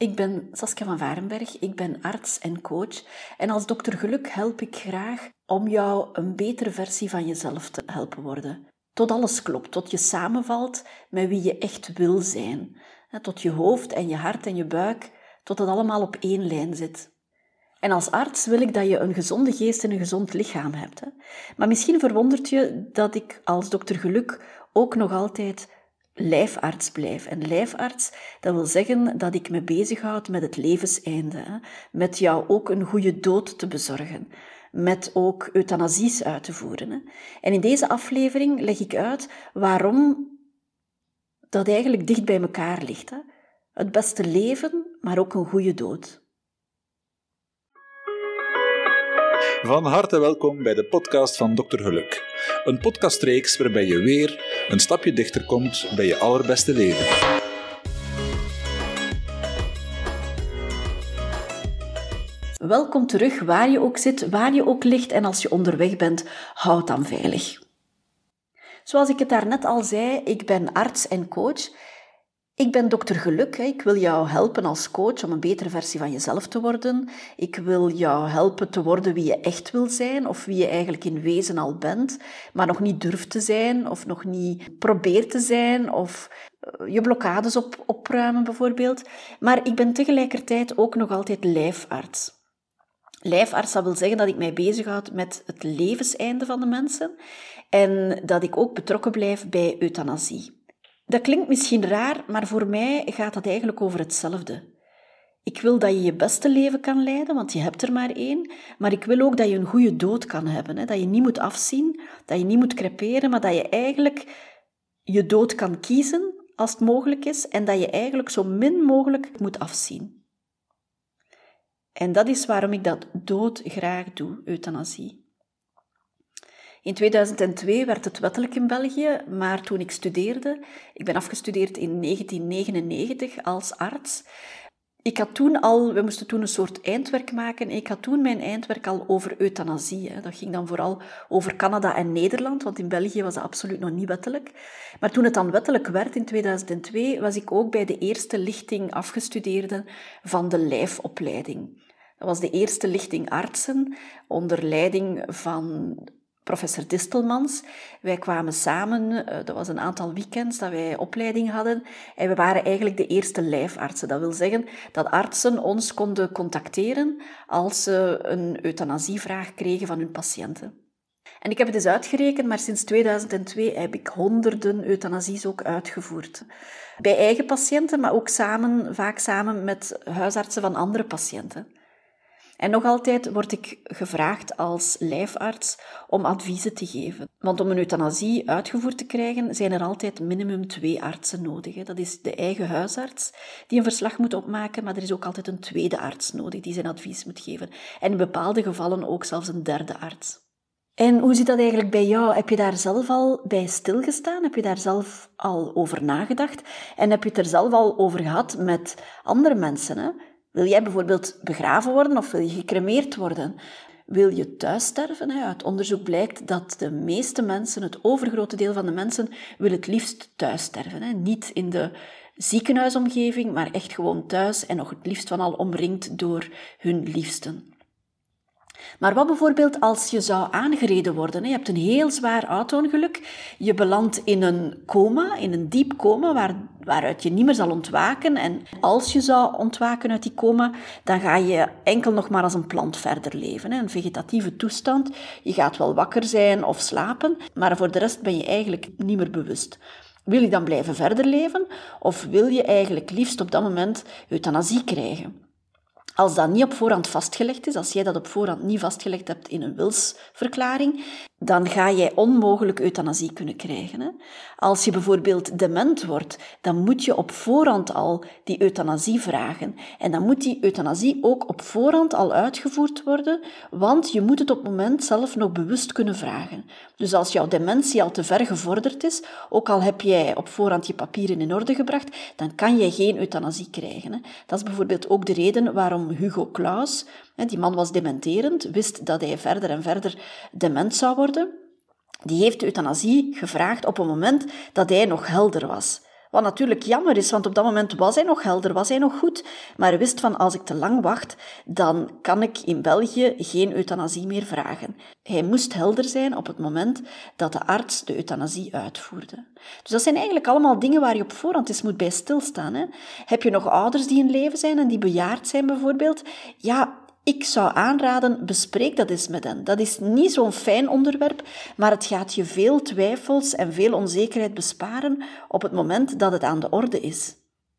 Ik ben Saskia van Varenberg, ik ben arts en coach en als dokter Geluk help ik graag om jou een betere versie van jezelf te helpen worden. Tot alles klopt, tot je samenvalt met wie je echt wil zijn. Tot je hoofd en je hart en je buik, tot het allemaal op één lijn zit. En als arts wil ik dat je een gezonde geest en een gezond lichaam hebt. Maar misschien verwondert je dat ik als dokter Geluk ook nog altijd lijfarts blijf. En lijfarts, dat wil zeggen dat ik me bezighoud met het levenseinde. Met jou ook een goede dood te bezorgen. Met ook euthanasies uit te voeren. En in deze aflevering leg ik uit waarom dat eigenlijk dicht bij elkaar ligt. Het beste leven, maar ook een goede dood. Van harte welkom bij de podcast van Dr. Geluk. Een podcastreeks waarbij je weer een stapje dichter komt bij je allerbeste leven. Welkom terug, waar je ook zit, waar je ook ligt en als je onderweg bent, houd dan veilig. Zoals ik het daarnet al zei, ik ben arts en coach. Ik ben dokter Geluk. Ik wil jou helpen als coach om een betere versie van jezelf te worden. Ik wil jou helpen te worden wie je echt wil zijn of wie je eigenlijk in wezen al bent, maar nog niet durft te zijn of nog niet probeert te zijn of je blokkades opruimen bijvoorbeeld. Maar ik ben tegelijkertijd ook nog altijd lijfarts. Lijfarts, dat wil zeggen dat ik mij bezighoud met het levenseinde van de mensen en dat ik ook betrokken blijf bij euthanasie. Dat klinkt misschien raar, maar voor mij gaat dat eigenlijk over hetzelfde. Ik wil dat je je beste leven kan leiden, want je hebt er maar één, maar ik wil ook dat je een goede dood kan hebben, dat je niet moet afzien, dat je niet moet creperen, maar dat je eigenlijk je dood kan kiezen als het mogelijk is en dat je eigenlijk zo min mogelijk moet afzien. En dat is waarom ik dat doodgraag doe, euthanasie. In 2002 werd het wettelijk in België, maar toen ik studeerde, ik ben afgestudeerd in 1999 als arts. We moesten toen een soort eindwerk maken. Ik had toen mijn eindwerk al over euthanasie. Dat ging dan vooral over Canada en Nederland, want in België was dat absoluut nog niet wettelijk. Maar toen het dan wettelijk werd in 2002, was ik ook bij de eerste lichting afgestudeerden van de lijfopleiding. Dat was de eerste lichting artsen onder leiding van professor Distelmans. Wij kwamen samen, dat was een aantal weekends dat wij opleiding hadden en we waren eigenlijk de eerste lijfartsen. Dat wil zeggen dat artsen ons konden contacteren als ze een euthanasievraag kregen van hun patiënten. En ik heb het eens uitgerekend, maar sinds 2002 heb ik honderden euthanasies ook uitgevoerd. Bij eigen patiënten, maar ook vaak samen met huisartsen van andere patiënten. En nog altijd word ik gevraagd als lijfarts om adviezen te geven. Want om een euthanasie uitgevoerd te krijgen, zijn er altijd minimum 2 artsen nodig. Dat is de eigen huisarts die een verslag moet opmaken, maar er is ook altijd een tweede arts nodig die zijn advies moet geven. En in bepaalde gevallen ook zelfs een derde arts. En hoe zit dat eigenlijk bij jou? Heb je daar zelf al bij stilgestaan? Heb je daar zelf al over nagedacht? En heb je het er zelf al over gehad met andere mensen, Wil jij bijvoorbeeld begraven worden of wil je gecremeerd worden? Wil je thuis sterven? Uit onderzoek blijkt dat de meeste mensen, het overgrote deel van de mensen, wil het liefst thuis sterven. Niet in de ziekenhuisomgeving, maar echt gewoon thuis en nog het liefst van al omringd door hun liefsten. Maar wat bijvoorbeeld als je zou aangereden worden? Je hebt een heel zwaar auto-ongeluk, je belandt in een coma, in een diep coma, waaruit je niet meer zal ontwaken. En als je zou ontwaken uit die coma, dan ga je enkel nog maar als een plant verder leven. Een vegetatieve toestand. Je gaat wel wakker zijn of slapen, maar voor de rest ben je eigenlijk niet meer bewust. Wil je dan blijven verder leven of wil je eigenlijk liefst op dat moment euthanasie krijgen? Als dat niet op voorhand vastgelegd is, als jij dat op voorhand niet vastgelegd hebt in een wilsverklaring, dan ga jij onmogelijk euthanasie kunnen krijgen. Als je bijvoorbeeld dement wordt, dan moet je op voorhand al die euthanasie vragen. En dan moet die euthanasie ook op voorhand al uitgevoerd worden, want je moet het op het moment zelf nog bewust kunnen vragen. Dus als jouw dementie al te ver gevorderd is, ook al heb jij op voorhand je papieren in orde gebracht, dan kan jij geen euthanasie krijgen. Dat is bijvoorbeeld ook de reden waarom Hugo Claus, die man was dementerend, wist dat hij verder en verder dement zou worden. Die heeft de euthanasie gevraagd op een moment dat hij nog helder was. Wat natuurlijk jammer is, want op dat moment was hij nog helder, was hij nog goed, maar hij wist van als ik te lang wacht, dan kan ik in België geen euthanasie meer vragen. Hij moest helder zijn op het moment dat de arts de euthanasie uitvoerde. Dus dat zijn eigenlijk allemaal dingen waar je op voorhand eens moet bij stilstaan. Hè? Heb je nog ouders die in leven zijn en die bejaard zijn bijvoorbeeld? Ja, ik zou aanraden, bespreek dat eens met hen. Dat is niet zo'n fijn onderwerp, maar het gaat je veel twijfels en veel onzekerheid besparen op het moment dat het aan de orde is.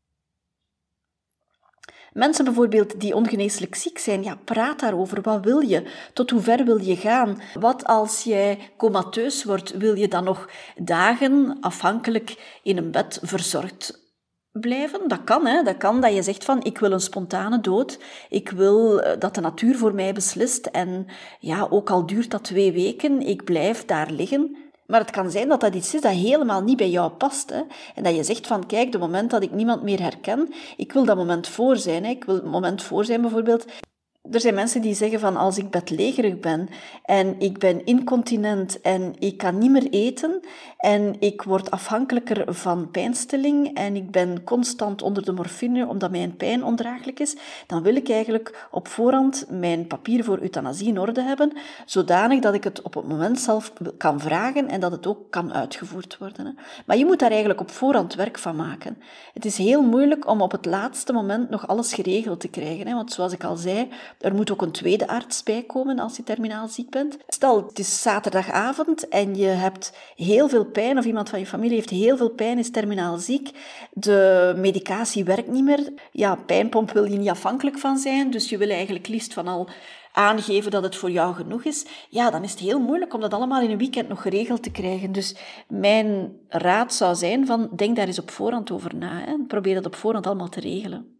Mensen bijvoorbeeld die ongeneeslijk ziek zijn, ja, praat daarover. Wat wil je? Tot hoe ver wil je gaan? Wat als jij comateus wordt? Wil je dan nog dagen afhankelijk in een bed verzorgd blijven? Dat kan, hè. Dat kan dat je zegt van, ik wil een spontane dood. Ik wil dat de natuur voor mij beslist. En ja, ook al duurt dat 2 weken, ik blijf daar liggen. Maar het kan zijn dat dat iets is dat helemaal niet bij jou past. Hè? En dat je zegt van, kijk, het moment dat ik niemand meer herken, ik wil dat moment voor zijn. Hè? Ik wil het moment voor zijn bijvoorbeeld. Er zijn mensen die zeggen van, als ik bedlegerig ben en ik ben incontinent en ik kan niet meer eten en ik word afhankelijker van pijnstilling en ik ben constant onder de morfine omdat mijn pijn ondraaglijk is, dan wil ik eigenlijk op voorhand mijn papier voor euthanasie in orde hebben, zodanig dat ik het op het moment zelf kan vragen en dat het ook kan uitgevoerd worden. Hè. Maar je moet daar eigenlijk op voorhand werk van maken. Het is heel moeilijk om op het laatste moment nog alles geregeld te krijgen, hè, want zoals ik al zei, er moet ook een tweede arts bij komen als je terminaal ziek bent. Stel, het is zaterdagavond en je hebt heel veel pijn, of iemand van je familie heeft heel veel pijn, is terminaal ziek. De medicatie werkt niet meer. Ja, pijnpomp wil je niet afhankelijk van zijn, dus je wil eigenlijk liefst van al aangeven dat het voor jou genoeg is. Ja, dan is het heel moeilijk om dat allemaal in een weekend nog geregeld te krijgen. Dus mijn raad zou zijn van, denk daar eens op voorhand over na. Hè. Probeer dat op voorhand allemaal te regelen.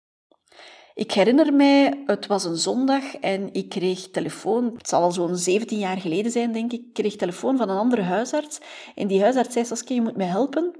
Ik herinner mij, het was een zondag en ik kreeg telefoon, het zal al zo'n 17 jaar geleden zijn, denk ik, ik kreeg telefoon van een andere huisarts. En die huisarts zei, Saskia, je moet mij helpen.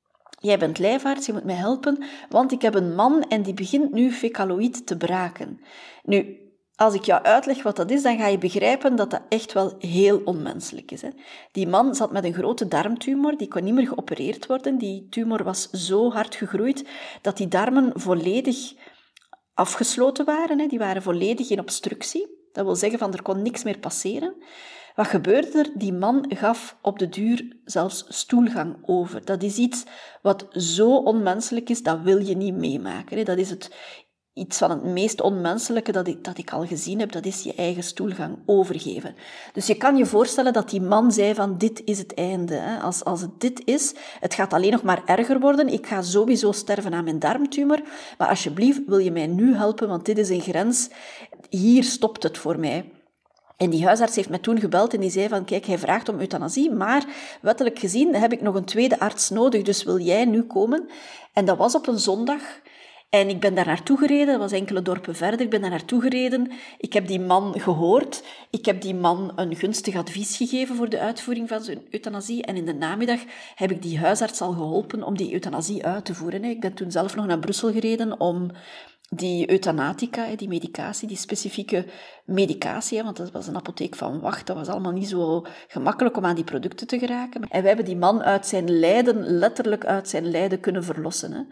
Jij bent lijfarts, je moet mij helpen, want ik heb een man en die begint nu fecaloïd te braken. Nu, als ik jou uitleg wat dat is, dan ga je begrijpen dat dat echt wel heel onmenselijk is. Hè. Die man zat met een grote darmtumor, die kon niet meer geopereerd worden. Die tumor was zo hard gegroeid dat die darmen volledig afgesloten waren. Die waren volledig in obstructie. Dat wil zeggen van er kon niks meer passeren. Wat gebeurde er? Die man gaf op de duur zelfs stoelgang over. Dat is iets wat zo onmenselijk is, dat wil je niet meemaken. Dat is iets van het meest onmenselijke dat ik al gezien heb, dat is je eigen stoelgang overgeven. Dus je kan je voorstellen dat die man zei van, dit is het einde. Als het dit is, het gaat alleen nog maar erger worden, ik ga sowieso sterven aan mijn darmtumor, maar alsjeblieft wil je mij nu helpen, want dit is een grens, hier stopt het voor mij. En die huisarts heeft mij toen gebeld en die zei van, kijk, hij vraagt om euthanasie, maar wettelijk gezien heb ik nog een tweede arts nodig, dus wil jij nu komen? En dat was op een zondag. En ik ben daar naartoe gereden, dat was enkele dorpen verder, ik ben daar naartoe gereden. Ik heb die man gehoord, ik heb die man een gunstig advies gegeven voor de uitvoering van zijn euthanasie. En in de namiddag heb ik die huisarts al geholpen om die euthanasie uit te voeren. Ik ben toen zelf nog naar Brussel gereden om die euthanatica, die medicatie, die specifieke medicatie, want dat was een apotheek van wacht, dat was allemaal niet zo gemakkelijk om aan die producten te geraken. En wij hebben die man uit zijn lijden, letterlijk uit zijn lijden kunnen verlossen.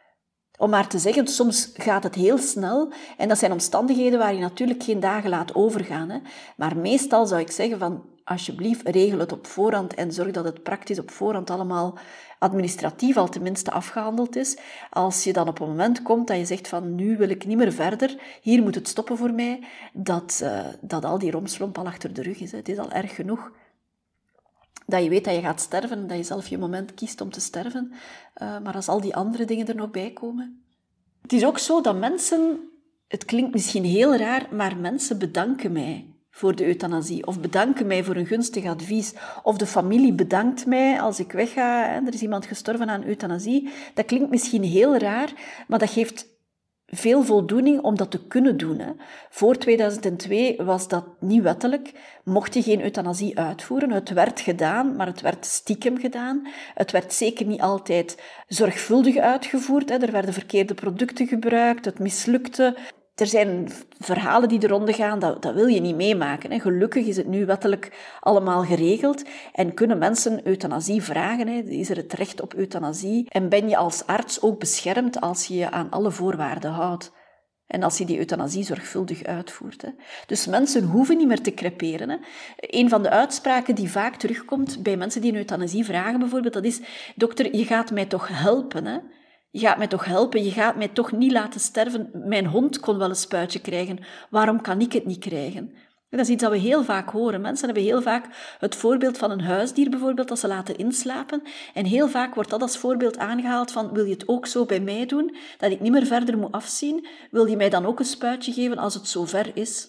Om maar te zeggen, soms gaat het heel snel en dat zijn omstandigheden waar je natuurlijk geen dagen laat overgaan. Maar meestal zou ik zeggen van, alsjeblieft, regel het op voorhand en zorg dat het praktisch op voorhand allemaal administratief al tenminste afgehandeld is. Als je dan op een moment komt dat je zegt van, nu wil ik niet meer verder, hier moet het stoppen voor mij, dat al die romslomp al achter de rug is. Het is al erg genoeg dat je weet dat je gaat sterven en dat je zelf je moment kiest om te sterven. Maar als al die andere dingen er nog bij komen. Het is ook zo dat mensen, het klinkt misschien heel raar, maar mensen bedanken mij voor de euthanasie. Of bedanken mij voor een gunstig advies. Of de familie bedankt mij als ik wegga. Er is iemand gestorven aan euthanasie. Dat klinkt misschien heel raar, maar dat geeft veel voldoening om dat te kunnen doen. Voor 2002 was dat niet wettelijk. Mocht je geen euthanasie uitvoeren. Het werd gedaan, maar het werd stiekem gedaan. Het werd zeker niet altijd zorgvuldig uitgevoerd. Er werden verkeerde producten gebruikt. Het mislukte. Er zijn verhalen die de ronde gaan, dat wil je niet meemaken. Hè. Gelukkig is het nu wettelijk allemaal geregeld en kunnen mensen euthanasie vragen. Hè. Is er het recht op euthanasie? En ben je als arts ook beschermd als je je aan alle voorwaarden houdt? En als je die euthanasie zorgvuldig uitvoert. Hè. Dus mensen hoeven niet meer te creperen. Hè. Een van de uitspraken die vaak terugkomt bij mensen die een euthanasie vragen bijvoorbeeld, dat is: dokter, je gaat mij toch helpen, hè? Je gaat mij toch helpen, je gaat mij toch niet laten sterven. Mijn hond kon wel een spuitje krijgen, waarom kan ik het niet krijgen? Dat is iets dat we heel vaak horen. Mensen hebben heel vaak het voorbeeld van een huisdier bijvoorbeeld, dat ze laten inslapen. En heel vaak wordt dat als voorbeeld aangehaald van: wil je het ook zo bij mij doen, dat ik niet meer verder moet afzien? Wil je mij dan ook een spuitje geven als het zover is?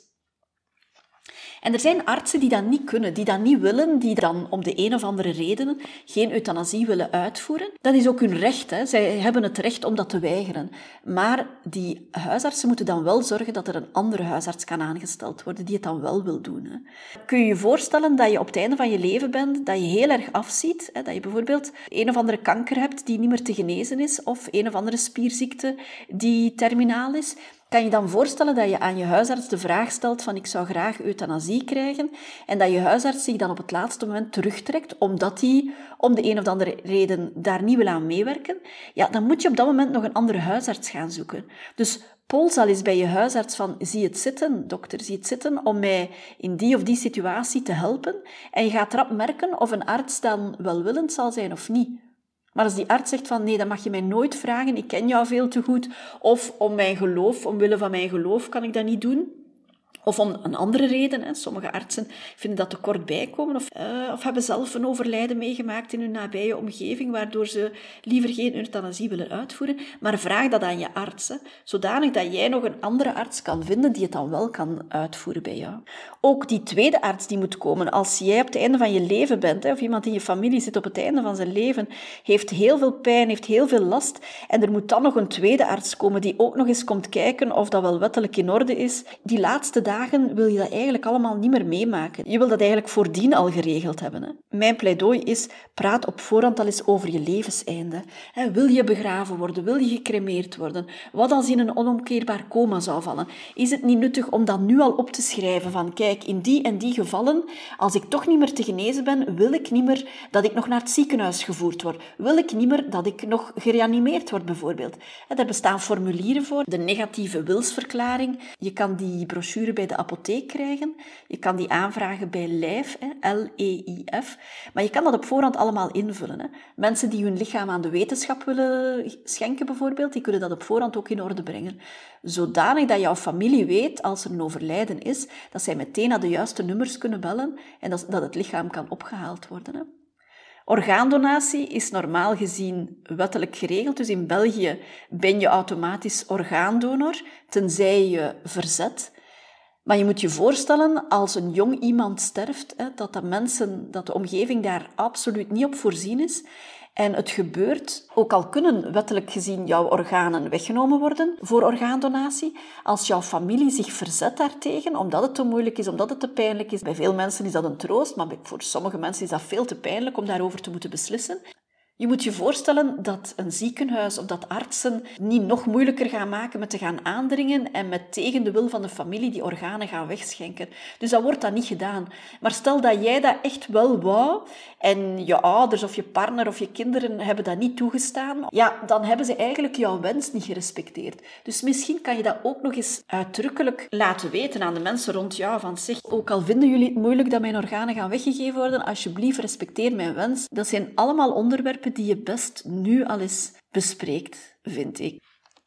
En er zijn artsen die dat niet kunnen, die dat niet willen, die dan om de een of andere reden geen euthanasie willen uitvoeren. Dat is ook hun recht, hè. Zij hebben het recht om dat te weigeren. Maar die huisartsen moeten dan wel zorgen dat er een andere huisarts kan aangesteld worden die het dan wel wil doen. Hè. Kun je je voorstellen dat je op het einde van je leven bent, dat je heel erg afziet, hè, dat je bijvoorbeeld een of andere kanker hebt die niet meer te genezen is, of een of andere spierziekte die terminaal is? Kan je dan voorstellen dat je aan je huisarts de vraag stelt van: ik zou graag euthanasie krijgen, en dat je huisarts zich dan op het laatste moment terugtrekt omdat hij om de een of andere reden daar niet wil aan meewerken? Ja, dan moet je op dat moment nog een andere huisarts gaan zoeken. Dus pols al eens bij je huisarts van: zie het zitten, dokter, zie het zitten om mij in die of die situatie te helpen. En je gaat rap merken of een arts dan welwillend zal zijn of niet. Maar als die arts zegt van: nee, dat mag je mij nooit vragen, ik ken jou veel te goed, of omwille van mijn geloof kan ik dat niet doen, of om een andere reden, hè. Sommige artsen vinden dat te kort bijkomen, of hebben zelf een overlijden meegemaakt in hun nabije omgeving, waardoor ze liever geen euthanasie willen uitvoeren. Maar vraag dat aan je arts, hè, zodanig dat jij nog een andere arts kan vinden die het dan wel kan uitvoeren bij jou. Ook die tweede arts die moet komen, als jij op het einde van je leven bent, hè, of iemand in je familie zit op het einde van zijn leven, heeft heel veel pijn, heeft heel veel last, en er moet dan nog een tweede arts komen die ook nog eens komt kijken of dat wel wettelijk in orde is. Die laatste dagen wil je dat eigenlijk allemaal niet meer meemaken. Je wil dat eigenlijk voordien al geregeld hebben. Hè. Mijn pleidooi is: praat op voorhand al eens over je levenseinde. Wil je begraven worden? Wil je gecremeerd worden? Wat als je in een onomkeerbaar coma zou vallen? Is het niet nuttig om dat nu al op te schrijven van: kijk, in die en die gevallen, als ik toch niet meer te genezen ben, wil ik niet meer dat ik nog naar het ziekenhuis gevoerd word. Wil ik niet meer dat ik nog gereanimeerd word, bijvoorbeeld. Daar bestaan formulieren voor. De negatieve wilsverklaring. Je kan die brochure bij de apotheek krijgen. Je kan die aanvragen bij Leif, L-E-I-F. Maar je kan dat op voorhand allemaal invullen. Hè. Mensen die hun lichaam aan de wetenschap willen schenken, bijvoorbeeld, die kunnen dat op voorhand ook in orde brengen. Zodanig dat jouw familie weet, als er een overlijden is, dat zij meteen naar de juiste nummers kunnen bellen en dat het lichaam kan opgehaald worden. Hè. Orgaandonatie is normaal gezien wettelijk geregeld. Dus in België ben je automatisch orgaandonor, tenzij je verzet. Maar je moet je voorstellen, als een jong iemand sterft, dat de omgeving daar absoluut niet op voorzien is. En het gebeurt, ook al kunnen wettelijk gezien jouw organen weggenomen worden voor orgaandonatie, als jouw familie zich verzet daartegen, omdat het te moeilijk is, omdat het te pijnlijk is. Bij veel mensen is dat een troost, maar voor sommige mensen is dat veel te pijnlijk om daarover te moeten beslissen. Je moet je voorstellen dat een ziekenhuis of dat artsen niet nog moeilijker gaan maken met te gaan aandringen en met tegen de wil van de familie die organen gaan wegschenken. Dus dat wordt dan niet gedaan. Maar stel dat jij dat echt wel wou en je ouders of je partner of je kinderen hebben dat niet toegestaan, ja, dan hebben ze eigenlijk jouw wens niet gerespecteerd. Dus misschien kan je dat ook nog eens uitdrukkelijk laten weten aan de mensen rond jou, van zeg, ook al vinden jullie het moeilijk dat mijn organen gaan weggegeven worden, alsjeblieft respecteer mijn wens. Dat zijn allemaal onderwerpen die je best nu al eens bespreekt, vind ik.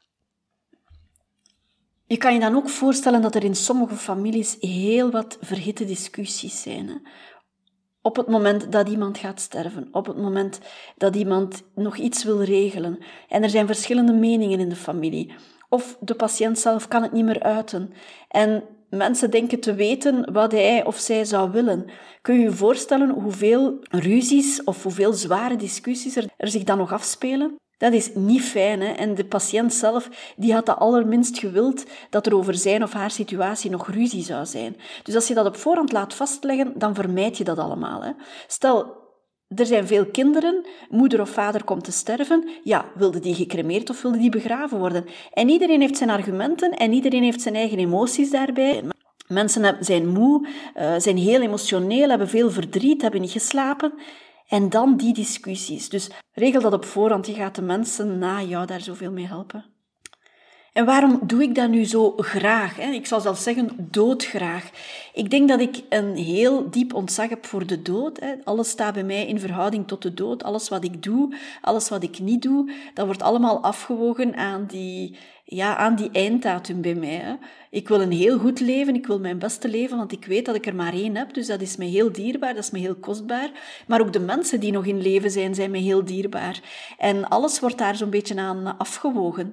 Je kan je dan ook voorstellen dat er in sommige families heel wat verhitte discussies zijn. Hè? Op het moment dat iemand gaat sterven, op het moment dat iemand nog iets wil regelen. En er zijn verschillende meningen in de familie. Of de patiënt zelf kan het niet meer uiten. En mensen denken te weten wat hij of zij zou willen. Kun je je voorstellen hoeveel ruzies of hoeveel zware discussies er zich dan nog afspelen? Dat is niet fijn, hè? En de patiënt zelf, die had dat allerminst gewild dat er over zijn of haar situatie nog ruzie zou zijn. Dus als je dat op voorhand laat vastleggen, dan vermijd je dat allemaal. Hè? Stel, Er zijn veel kinderen, moeder of vader komt te sterven. Ja, wilde die gecremeerd of wilde die begraven worden? En iedereen heeft zijn argumenten en iedereen heeft zijn eigen emoties daarbij. Mensen zijn moe, zijn heel emotioneel, hebben veel verdriet, hebben niet geslapen. En dan die discussies. Dus regel dat op voorhand. Je gaat de mensen na jou daar zoveel mee helpen. En waarom doe ik dat nu zo graag? Ik zou zelfs zeggen doodgraag. Ik denk dat ik een heel diep ontzag heb voor de dood. Alles staat bij mij in verhouding tot de dood. Alles wat ik doe, alles wat ik niet doe, dat wordt allemaal afgewogen aan die einddatum bij mij. Ik wil een heel goed leven, ik wil mijn beste leven, want ik weet dat ik er maar één heb. Dus dat is me heel dierbaar, dat is me heel kostbaar. Maar ook de mensen die nog in leven zijn me heel dierbaar. En alles wordt daar zo'n beetje aan afgewogen.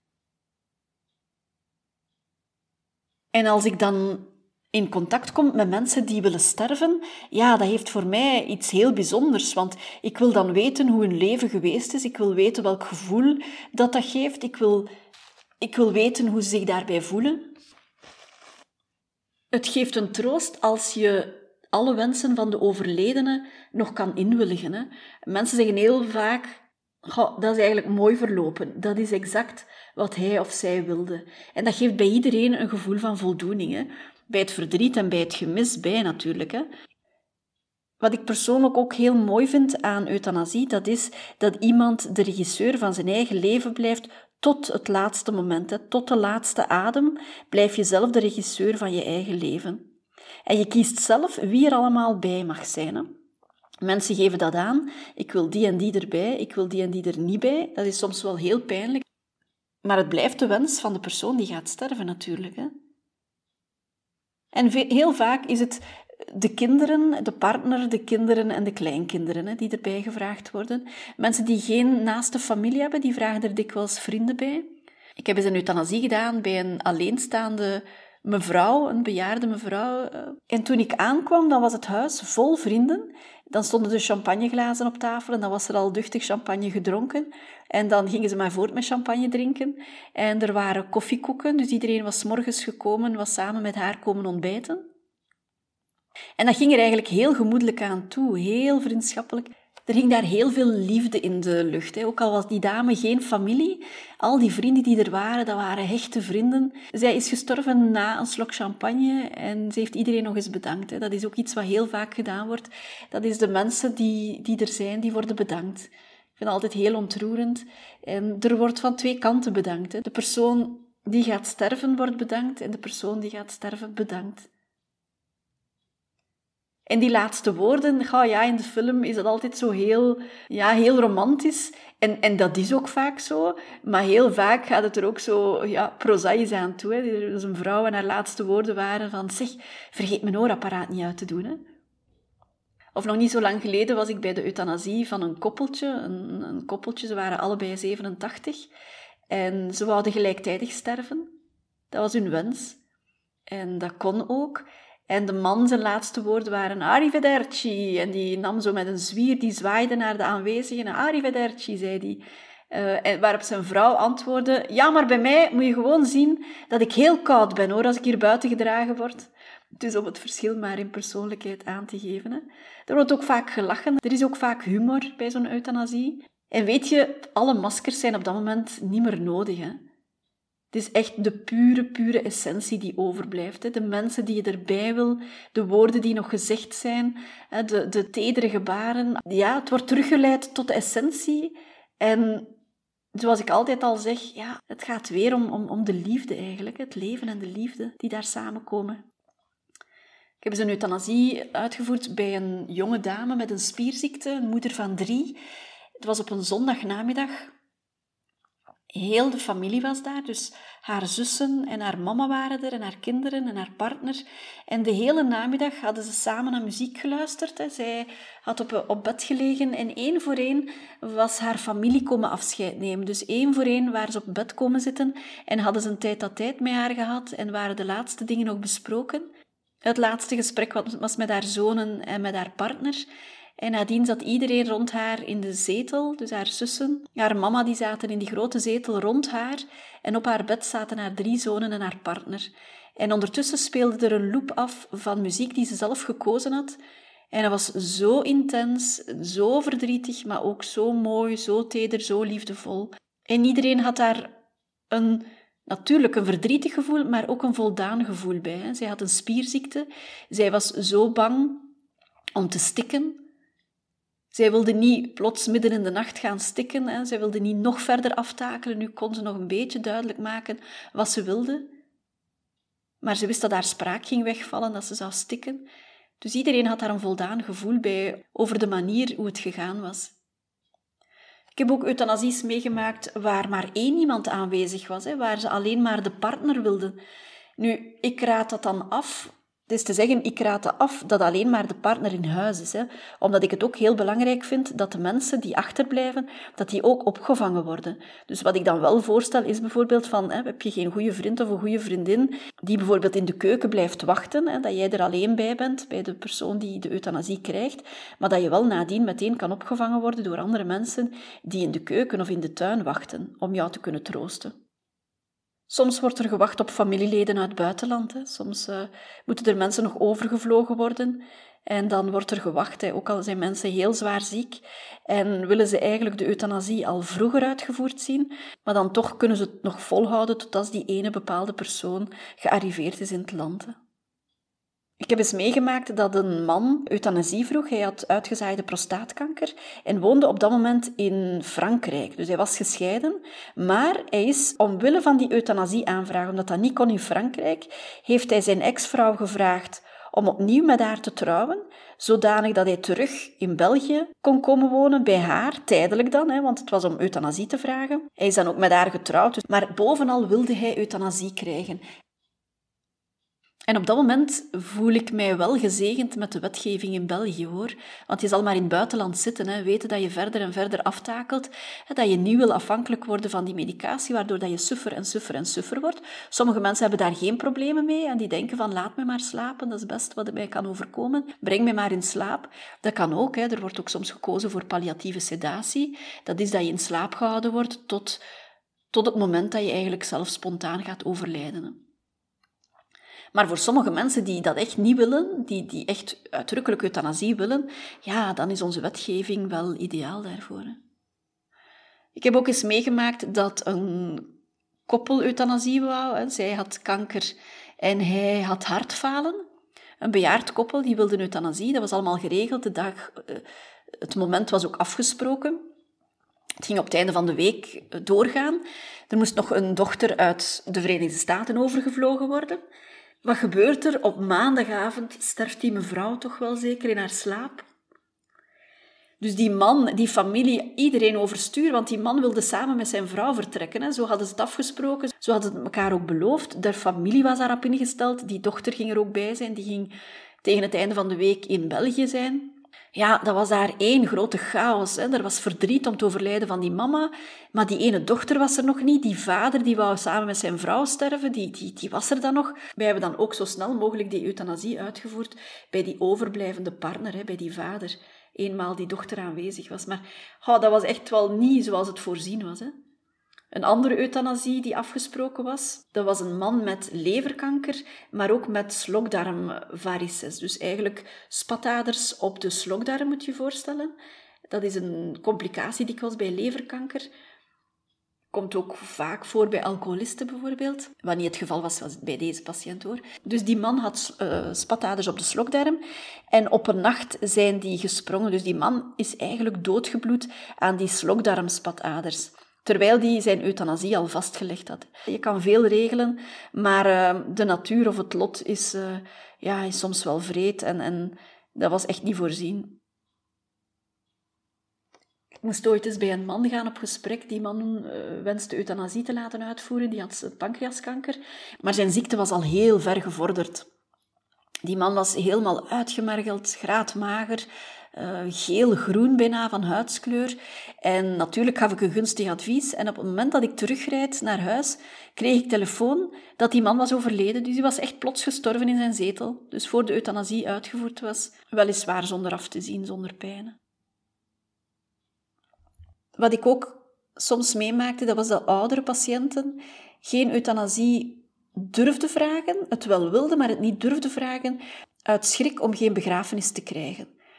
En als ik dan in contact kom met mensen die willen sterven, ja, dat heeft voor mij iets heel bijzonders, want ik wil dan weten hoe hun leven geweest is, ik wil weten welk gevoel dat geeft, ik wil weten hoe ze zich daarbij voelen. Het geeft een troost als je alle wensen van de overledene nog kan inwilligen. Hè. Mensen zeggen heel vaak, dat is eigenlijk mooi verlopen. Dat is exact wat hij of zij wilde. En dat geeft bij iedereen een gevoel van voldoening. Hè. Bij het verdriet en bij het gemis bij natuurlijk. Hè. Wat ik persoonlijk ook heel mooi vind aan euthanasie, dat is dat iemand de regisseur van zijn eigen leven blijft tot het laatste moment. Hè. Tot de laatste adem blijf je zelf de regisseur van je eigen leven. En je kiest zelf wie er allemaal bij mag zijn. Hè. Mensen geven dat aan. Ik wil die en die erbij, ik wil die en die er niet bij. Dat is soms wel heel pijnlijk. Maar het blijft de wens van de persoon die gaat sterven natuurlijk. Hè. En heel vaak is het de kinderen, de partner, de kinderen en de kleinkinderen die erbij gevraagd worden. Mensen die geen naaste familie hebben, die vragen er dikwijls vrienden bij. Ik heb eens een euthanasie gedaan bij een alleenstaande mevrouw, een bejaarde mevrouw. En toen ik aankwam, dan was het huis vol vrienden. Dan stonden de champagneglazen op tafel en dan was er al duchtig champagne gedronken. En dan gingen ze maar voort met champagne drinken. En er waren koffiekoeken, dus iedereen was 's morgens gekomen, was samen met haar komen ontbijten. En dat ging er eigenlijk heel gemoedelijk aan toe, heel vriendschappelijk. Er hing daar heel veel liefde in de lucht. Hè. Ook al was die dame geen familie, al die vrienden die er waren, dat waren hechte vrienden. Zij is gestorven na een slok champagne en ze heeft iedereen nog eens bedankt. Hè. Dat is ook iets wat heel vaak gedaan wordt. Dat is de mensen die er zijn, die worden bedankt. Ik vind het altijd heel ontroerend. En er wordt van twee kanten bedankt. Hè. De persoon die gaat sterven wordt bedankt en de persoon die gaat sterven bedankt. En die laatste woorden, in de film is dat altijd zo heel romantisch. En dat is ook vaak zo. Maar heel vaak gaat het er ook zo prozaïs aan toe. Hè. Er was een vrouw en haar laatste woorden waren van, zeg, vergeet mijn oorapparaat niet uit te doen. Hè. Of nog niet zo lang geleden was ik bij de euthanasie van een koppeltje. Een koppeltje, ze waren allebei 87. En ze wouden gelijktijdig sterven. Dat was hun wens. En dat kon ook. En de man, zijn laatste woorden waren arrivederci. En die nam zo met een zwier, die zwaaide naar de aanwezigen. Arrivederci, zei hij. En waarop zijn vrouw antwoordde, ja, maar bij mij moet je gewoon zien dat ik heel koud ben, hoor, als ik hier buiten gedragen word. Dus om het verschil maar in persoonlijkheid aan te geven. Hè. Er wordt ook vaak gelachen. Er is ook vaak humor bij zo'n euthanasie. En weet je, alle maskers zijn op dat moment niet meer nodig, hè. Het is echt de pure essentie die overblijft. De mensen die je erbij wil, de woorden die nog gezegd zijn, de tedere gebaren. Ja, het wordt teruggeleid tot de essentie. En zoals ik altijd al zeg, het gaat weer om de liefde eigenlijk. Het leven en de liefde die daar samenkomen. Ik heb eens een euthanasie uitgevoerd bij een jonge dame met een spierziekte, een moeder van 3. Het was op een zondagnamiddag. Heel de familie was daar, dus haar zussen en haar mama waren er en haar kinderen en haar partner. En de hele namiddag hadden ze samen naar muziek geluisterd. Hè. Zij had op bed gelegen en 1 voor 1 was haar familie komen afscheid nemen. Dus 1 voor 1 waren ze op bed komen zitten en hadden ze een tijd met haar gehad en waren de laatste dingen nog besproken. Het laatste gesprek was met haar zonen en met haar partner. En nadien zat iedereen rond haar in de zetel, dus haar zussen. Haar mama die zaten in die grote zetel rond haar. En op haar bed zaten haar 3 zonen en haar partner. En ondertussen speelde er een loop af van muziek die ze zelf gekozen had. En dat was zo intens, zo verdrietig, maar ook zo mooi, zo teder, zo liefdevol. En iedereen had daar natuurlijk een verdrietig gevoel, maar ook een voldaan gevoel bij. Hè. Zij had een spierziekte. Zij was zo bang om te stikken. Zij wilde niet plots midden in de nacht gaan stikken. Hè. Zij wilde niet nog verder aftakelen. Nu kon ze nog een beetje duidelijk maken wat ze wilde. Maar ze wist dat haar spraak ging wegvallen, dat ze zou stikken. Dus iedereen had daar een voldaan gevoel bij over de manier hoe het gegaan was. Ik heb ook euthanasies meegemaakt waar maar één iemand aanwezig was, waar ze alleen maar de partner wilden. Nu, ik raad dat dan af. Het is te zeggen, ik raad dat af dat alleen maar de partner in huis is. Omdat ik het ook heel belangrijk vind dat de mensen die achterblijven, dat die ook opgevangen worden. Dus wat ik dan wel voorstel is bijvoorbeeld van, heb je geen goede vriend of een goede vriendin die bijvoorbeeld in de keuken blijft wachten, dat jij er alleen bij bent, bij de persoon die de euthanasie krijgt, maar dat je wel nadien meteen kan opgevangen worden door andere mensen die in de keuken of in de tuin wachten om jou te kunnen troosten. Soms wordt er gewacht op familieleden uit het buitenland. Soms moeten er mensen nog overgevlogen worden. En dan wordt er gewacht, ook al zijn mensen heel zwaar ziek. En willen ze eigenlijk de euthanasie al vroeger uitgevoerd zien. Maar dan toch kunnen ze het nog volhouden tot als die ene bepaalde persoon gearriveerd is in het land. Ik heb eens meegemaakt dat een man euthanasie vroeg. Hij had uitgezaaide prostaatkanker en woonde op dat moment in Frankrijk. Dus hij was gescheiden, maar hij is omwille van die euthanasie-aanvraag, omdat dat niet kon in Frankrijk, heeft hij zijn ex-vrouw gevraagd om opnieuw met haar te trouwen, zodanig dat hij terug in België kon komen wonen bij haar, tijdelijk dan, want het was om euthanasie te vragen. Hij is dan ook met haar getrouwd, maar bovenal wilde hij euthanasie krijgen. En op dat moment voel ik mij wel gezegend met de wetgeving in België, hoor. Want je zal maar in het buitenland zitten, weten dat je verder en verder aftakelt, dat je niet wil afhankelijk worden van die medicatie, waardoor dat je suffer wordt. Sommige mensen hebben daar geen problemen mee en die denken van laat me maar slapen, dat is het beste wat mij kan overkomen. Breng me maar in slaap. Dat kan ook, er wordt ook soms gekozen voor palliatieve sedatie. Dat is dat je in slaap gehouden wordt tot het moment dat je eigenlijk zelf spontaan gaat overlijden. Maar voor sommige mensen die dat echt niet willen, die echt uitdrukkelijk euthanasie willen, ja, dan is onze wetgeving wel ideaal daarvoor. Ik heb ook eens meegemaakt dat een koppel euthanasie wou. Zij had kanker en hij had hartfalen. Een bejaard koppel, die wilde euthanasie. Dat was allemaal geregeld. Het moment was ook afgesproken. Het ging op het einde van de week doorgaan. Er moest nog een dochter uit de Verenigde Staten overgevlogen worden. Wat gebeurt er? Op maandagavond sterft die mevrouw toch wel zeker in haar slaap. Dus die man, die familie, iedereen overstuur, want die man wilde samen met zijn vrouw vertrekken. Zo hadden ze het afgesproken, zo hadden ze het elkaar ook beloofd. De familie was daarop ingesteld, die dochter ging er ook bij zijn, die ging tegen het einde van de week in België zijn. Ja, dat was daar één grote chaos. Er was verdriet om het overlijden van die mama, maar die ene dochter was er nog niet. Die vader, die wou samen met zijn vrouw sterven, die was er dan nog. Wij hebben dan ook zo snel mogelijk die euthanasie uitgevoerd bij die overblijvende partner, bij die vader. Eenmaal die dochter aanwezig was. Maar dat was echt wel niet zoals het voorzien was. Een andere euthanasie die afgesproken was, dat was een man met leverkanker, maar ook met slokdarmvarices. Dus eigenlijk spataders op de slokdarm, moet je je voorstellen. Dat is een complicatie dikwijls bij leverkanker. Komt ook vaak voor bij alcoholisten bijvoorbeeld. Wat niet het geval was bij deze patiënt, hoor. Dus die man had spataders op de slokdarm. En op een nacht zijn die gesprongen. Dus die man is eigenlijk doodgebloed aan die slokdarmspataders. Terwijl die zijn euthanasie al vastgelegd had. Je kan veel regelen, maar de natuur of het lot is soms wel wreed. En dat was echt niet voorzien. Ik moest ooit eens bij een man gaan op gesprek. Die man wenste euthanasie te laten uitvoeren. Die had pancreaskanker. Maar zijn ziekte was al heel ver gevorderd. Die man was helemaal uitgemergeld, graadmager, geel-groen bijna van huidskleur. En natuurlijk gaf ik een gunstig advies. En op het moment dat ik terugrijd naar huis, kreeg ik telefoon dat die man was overleden. Dus hij was echt plots gestorven in zijn zetel. Dus voor de euthanasie uitgevoerd was, weliswaar zonder af te zien, zonder pijn. Wat ik ook soms meemaakte, dat was dat oudere patiënten geen euthanasie durfden vragen, het wel wilden, maar het niet durfden vragen, uit schrik om geen begrafenis te krijgen.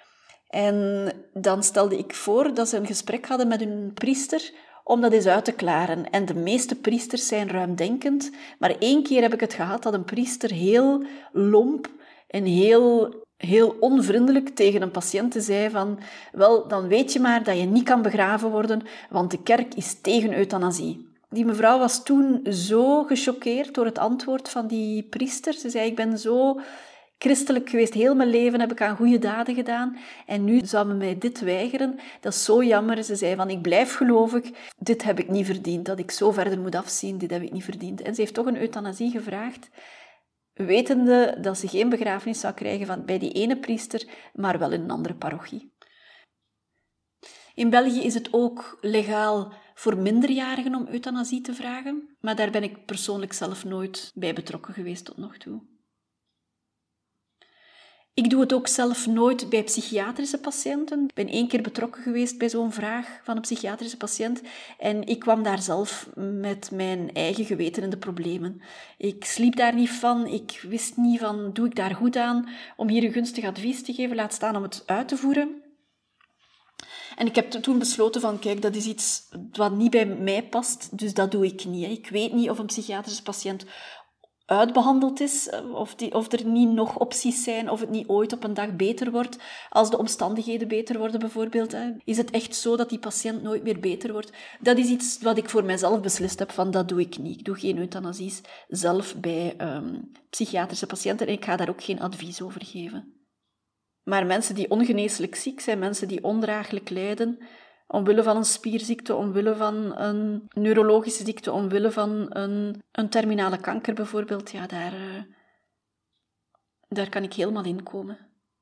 En dan stelde ik voor dat ze een gesprek hadden met hun priester om dat eens uit te klaren. En de meeste priesters zijn ruimdenkend, maar 1 keer heb ik het gehad dat een priester heel lomp en heel onvriendelijk tegen een patiënt zei van, wel, dan weet je maar dat je niet kan begraven worden, want de kerk is tegen euthanasie. Die mevrouw was toen zo gechoqueerd door het antwoord van die priester. Ze zei, ik ben zo christelijk geweest, heel mijn leven heb ik aan goede daden gedaan en nu zou men mij dit weigeren. Dat is zo jammer. Ze zei van, ik blijf gelovig, dit heb ik niet verdiend, dat ik zo verder moet afzien, dit heb ik niet verdiend. En ze heeft toch een euthanasie gevraagd, wetende dat ze geen begrafenis zou krijgen bij die ene priester, maar wel in een andere parochie. In België is het ook legaal voor minderjarigen om euthanasie te vragen, maar daar ben ik persoonlijk zelf nooit bij betrokken geweest tot nog toe. Ik doe het ook zelf nooit bij psychiatrische patiënten. Ik ben 1 keer betrokken geweest bij zo'n vraag van een psychiatrische patiënt en ik kwam daar zelf met mijn eigen geweten in de problemen. Ik sliep daar niet van, ik wist niet van, doe ik daar goed aan om hier een gunstig advies te geven, laat staan om het uit te voeren. En ik heb toen besloten van, kijk, dat is iets wat niet bij mij past, dus dat doe ik niet. Ik weet niet of een psychiatrische patiënt uitbehandeld is, of er niet nog opties zijn, of het niet ooit op een dag beter wordt, als de omstandigheden beter worden bijvoorbeeld. Is het echt zo dat die patiënt nooit meer beter wordt? Dat is iets wat ik voor mijzelf beslist heb, van dat doe ik niet. Ik doe geen euthanasies zelf bij psychiatrische patiënten en ik ga daar ook geen advies over geven. Maar mensen die ongeneeslijk ziek zijn, mensen die ondraaglijk lijden, omwille van een spierziekte, omwille van een neurologische ziekte, omwille van een terminale kanker bijvoorbeeld, ja, daar kan ik helemaal in komen.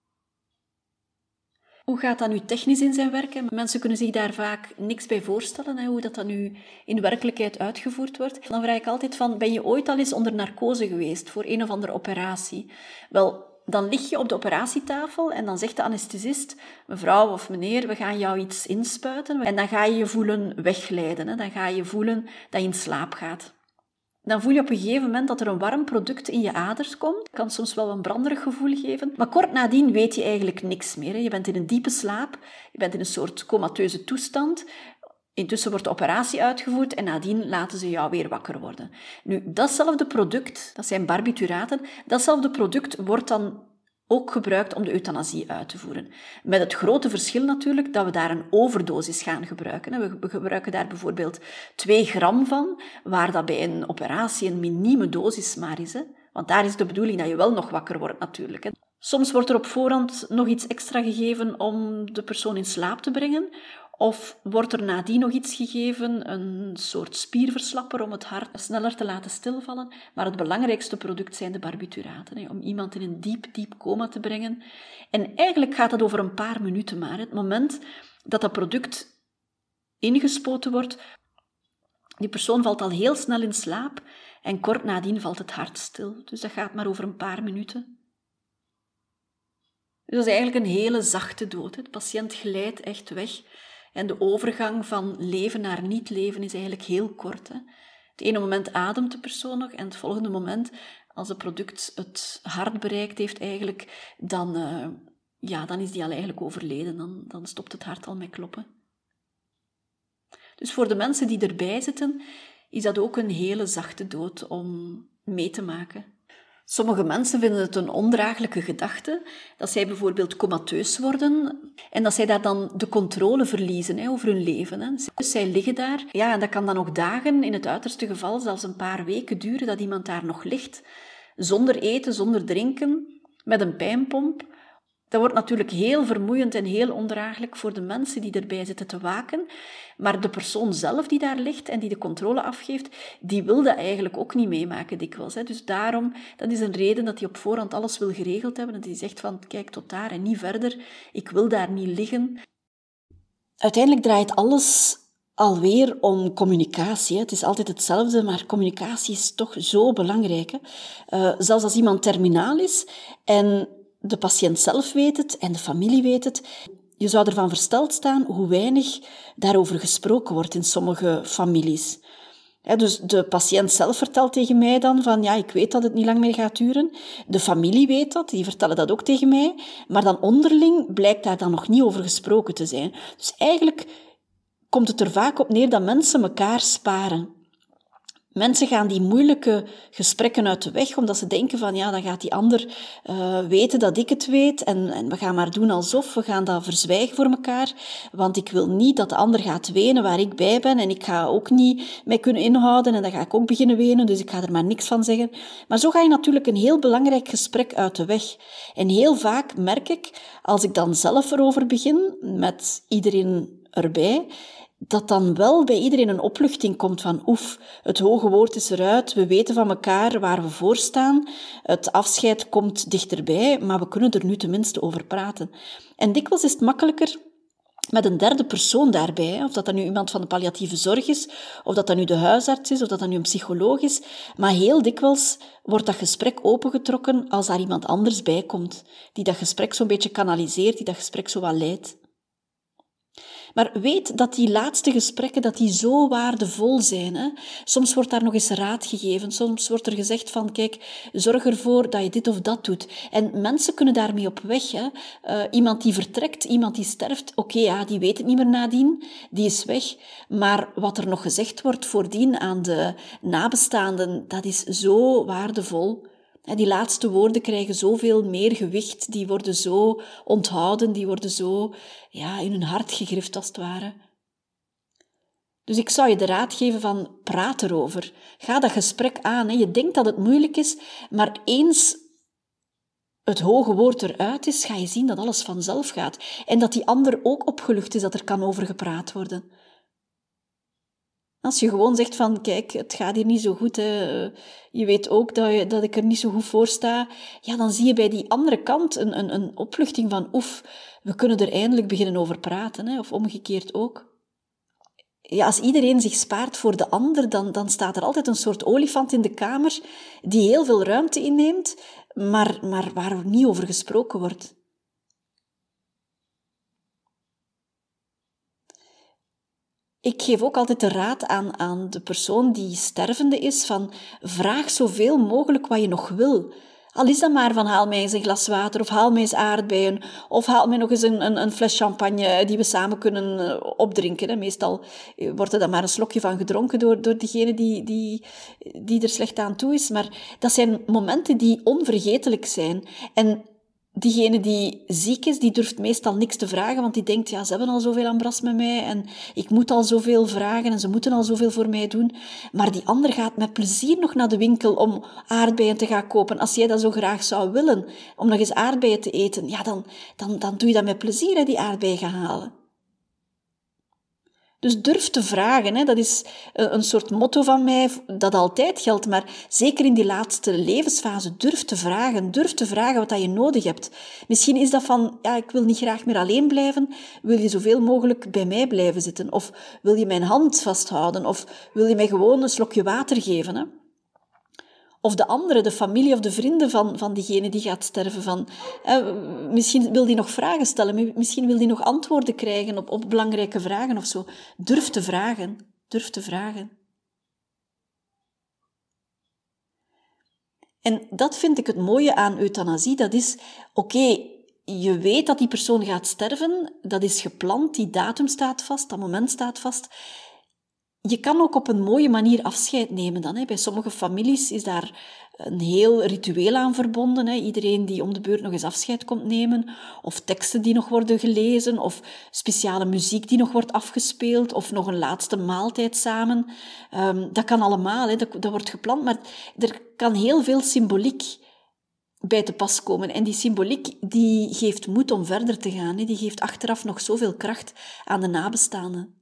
Hoe gaat dat nu technisch in zijn werk? Mensen kunnen zich daar vaak niks bij voorstellen, hoe dat nu in werkelijkheid uitgevoerd wordt. Dan vraag ik altijd van, ben je ooit al eens onder narcose geweest voor een of andere operatie? Wel, dan lig je op de operatietafel en dan zegt de anesthesist, mevrouw of meneer, we gaan jou iets inspuiten. En dan ga je je voelen wegglijden. Dan ga je voelen dat je in slaap gaat. Dan voel je op een gegeven moment dat er een warm product in je aders komt. Het kan soms wel een branderig gevoel geven. Maar kort nadien weet je eigenlijk niks meer. Je bent in een diepe slaap. Je bent in een soort comateuze toestand. Intussen wordt de operatie uitgevoerd en nadien laten ze jou weer wakker worden. Nu, datzelfde product, dat zijn barbituraten, datzelfde product wordt dan ook gebruikt om de euthanasie uit te voeren. Met het grote verschil natuurlijk dat we daar een overdosis gaan gebruiken. We gebruiken daar bijvoorbeeld 2 gram van, waar dat bij een operatie een minieme dosis maar is. Want daar is de bedoeling dat je wel nog wakker wordt natuurlijk. Soms wordt er op voorhand nog iets extra gegeven om de persoon in slaap te brengen. Of wordt er nadien nog iets gegeven, een soort spierverslapper om het hart sneller te laten stilvallen. Maar het belangrijkste product zijn de barbituraten, om iemand in een diep coma te brengen. En eigenlijk gaat dat over een paar minuten maar. Het moment dat dat product ingespoten wordt, die persoon valt al heel snel in slaap en kort nadien valt het hart stil. Dus dat gaat maar over een paar minuten. Dus dat is eigenlijk een hele zachte dood. De patiënt glijdt echt weg. En de overgang van leven naar niet-leven is eigenlijk heel kort. Het ene moment ademt de persoon nog en het volgende moment, als het product het hart bereikt heeft eigenlijk, dan is die al eigenlijk overleden. Dan stopt het hart al met kloppen. Dus voor de mensen die erbij zitten, is dat ook een hele zachte dood om mee te maken. Sommige mensen vinden het een ondraaglijke gedachte, dat zij bijvoorbeeld comateus worden en dat zij daar dan de controle verliezen over hun leven. Dus zij liggen daar, en dat kan dan nog dagen, in het uiterste geval zelfs een paar weken duren, dat iemand daar nog ligt, zonder eten, zonder drinken, met een pijnpomp. Dat wordt natuurlijk heel vermoeiend en heel ondraaglijk voor de mensen die erbij zitten te waken. Maar de persoon zelf die daar ligt en die de controle afgeeft, die wil dat eigenlijk ook niet meemaken dikwijls. Dus daarom, dat is een reden dat hij op voorhand alles wil geregeld hebben. Dat hij zegt van, kijk tot daar en niet verder. Ik wil daar niet liggen. Uiteindelijk draait alles alweer om communicatie. Het is altijd hetzelfde, maar communicatie is toch zo belangrijk. Zelfs als iemand terminaal is en de patiënt zelf weet het en de familie weet het. Je zou ervan versteld staan hoe weinig daarover gesproken wordt in sommige families. Dus de patiënt zelf vertelt tegen mij dan van, ja, ik weet dat het niet lang meer gaat duren. De familie weet dat, die vertellen dat ook tegen mij. Maar dan onderling blijkt daar dan nog niet over gesproken te zijn. Dus eigenlijk komt het er vaak op neer dat mensen elkaar sparen. Mensen gaan die moeilijke gesprekken uit de weg, omdat ze denken van, ja, dan gaat die ander weten dat ik het weet en we gaan maar doen alsof, we gaan dat verzwijgen voor elkaar, want ik wil niet dat de ander gaat wenen waar ik bij ben en ik ga ook niet mij kunnen inhouden en dan ga ik ook beginnen wenen, dus ik ga er maar niks van zeggen. Maar zo ga je natuurlijk een heel belangrijk gesprek uit de weg. En heel vaak merk ik, als ik dan zelf erover begin, met iedereen erbij, dat dan wel bij iedereen een opluchting komt van oef, het hoge woord is eruit, we weten van elkaar waar we voor staan, het afscheid komt dichterbij, maar we kunnen er nu tenminste over praten. En dikwijls is het makkelijker met een derde persoon daarbij, of dat nu iemand van de palliatieve zorg is, of dat nu de huisarts is, of dat nu een psycholoog is, maar heel dikwijls wordt dat gesprek opengetrokken als daar iemand anders bij komt, die dat gesprek zo'n beetje kanaliseert, die dat gesprek zo wat leidt. Maar weet dat die laatste gesprekken dat die zo waardevol zijn. Hè? Soms wordt daar nog eens raad gegeven. Soms wordt er gezegd van, kijk, zorg ervoor dat je dit of dat doet. En mensen kunnen daarmee op weg. Hè? Iemand die vertrekt, iemand die sterft, oké, ja, die weet het niet meer nadien, die is weg. Maar wat er nog gezegd wordt voordien aan de nabestaanden, dat is zo waardevol. Die laatste woorden krijgen zoveel meer gewicht, die worden zo onthouden, die worden zo in hun hart gegrift als het ware. Dus ik zou je de raad geven van praat erover. Ga dat gesprek aan. Je denkt dat het moeilijk is, maar eens het hoge woord eruit is, ga je zien dat alles vanzelf gaat. En dat die ander ook opgelucht is dat er kan over gepraat worden. Als je gewoon zegt van, kijk, het gaat hier niet zo goed, hè. Je weet ook dat ik er niet zo goed voor sta, ja, dan zie je bij die andere kant een opluchting van, oef, we kunnen er eindelijk beginnen over praten, hè, of omgekeerd ook. Ja, als iedereen zich spaart voor de ander, dan staat er altijd een soort olifant in de kamer die heel veel ruimte inneemt, maar waar er niet over gesproken wordt. Ik geef ook altijd de raad aan de persoon die stervende is van vraag zoveel mogelijk wat je nog wil. Al is dat maar van haal mij eens een glas water of haal mij eens aardbeien of haal mij nog eens een fles champagne die we samen kunnen opdrinken. Meestal wordt er dan maar een slokje van gedronken door diegene die er slecht aan toe is. Maar dat zijn momenten die onvergetelijk zijn. En diegene die ziek is, die durft meestal niks te vragen, want die denkt, ja, ze hebben al zoveel ambras met mij en ik moet al zoveel vragen en ze moeten al zoveel voor mij doen. Maar die ander gaat met plezier nog naar de winkel om aardbeien te gaan kopen, als jij dat zo graag zou willen, om nog eens aardbeien te eten. Ja, dan doe je dat met plezier, hè, die aardbeien gaan halen. Dus durf te vragen, hè. Dat is een soort motto van mij, dat altijd geldt, maar zeker in die laatste levensfase, durf te vragen wat dat je nodig hebt. Misschien is dat van, ja, ik wil niet graag meer alleen blijven, wil je zoveel mogelijk bij mij blijven zitten, of wil je mijn hand vasthouden, of wil je mij gewoon een slokje water geven, hè? Of de andere, de familie of de vrienden van diegene die gaat sterven. Misschien wil die nog vragen stellen, misschien wil die nog antwoorden krijgen op belangrijke vragen of zo. Durf te vragen. En dat vind ik het mooie aan euthanasie, dat is, oké, je weet dat die persoon gaat sterven, dat is gepland, die datum staat vast, dat moment staat vast. Je kan ook op een mooie manier afscheid nemen dan. Bij sommige families is daar een heel ritueel aan verbonden. Iedereen die om de beurt nog eens afscheid komt nemen, of teksten die nog worden gelezen, of speciale muziek die nog wordt afgespeeld, of nog een laatste maaltijd samen. Dat kan allemaal, dat wordt gepland, maar er kan heel veel symboliek bij te pas komen. En die symboliek die geeft moed om verder te gaan. Die geeft achteraf nog zoveel kracht aan de nabestaanden.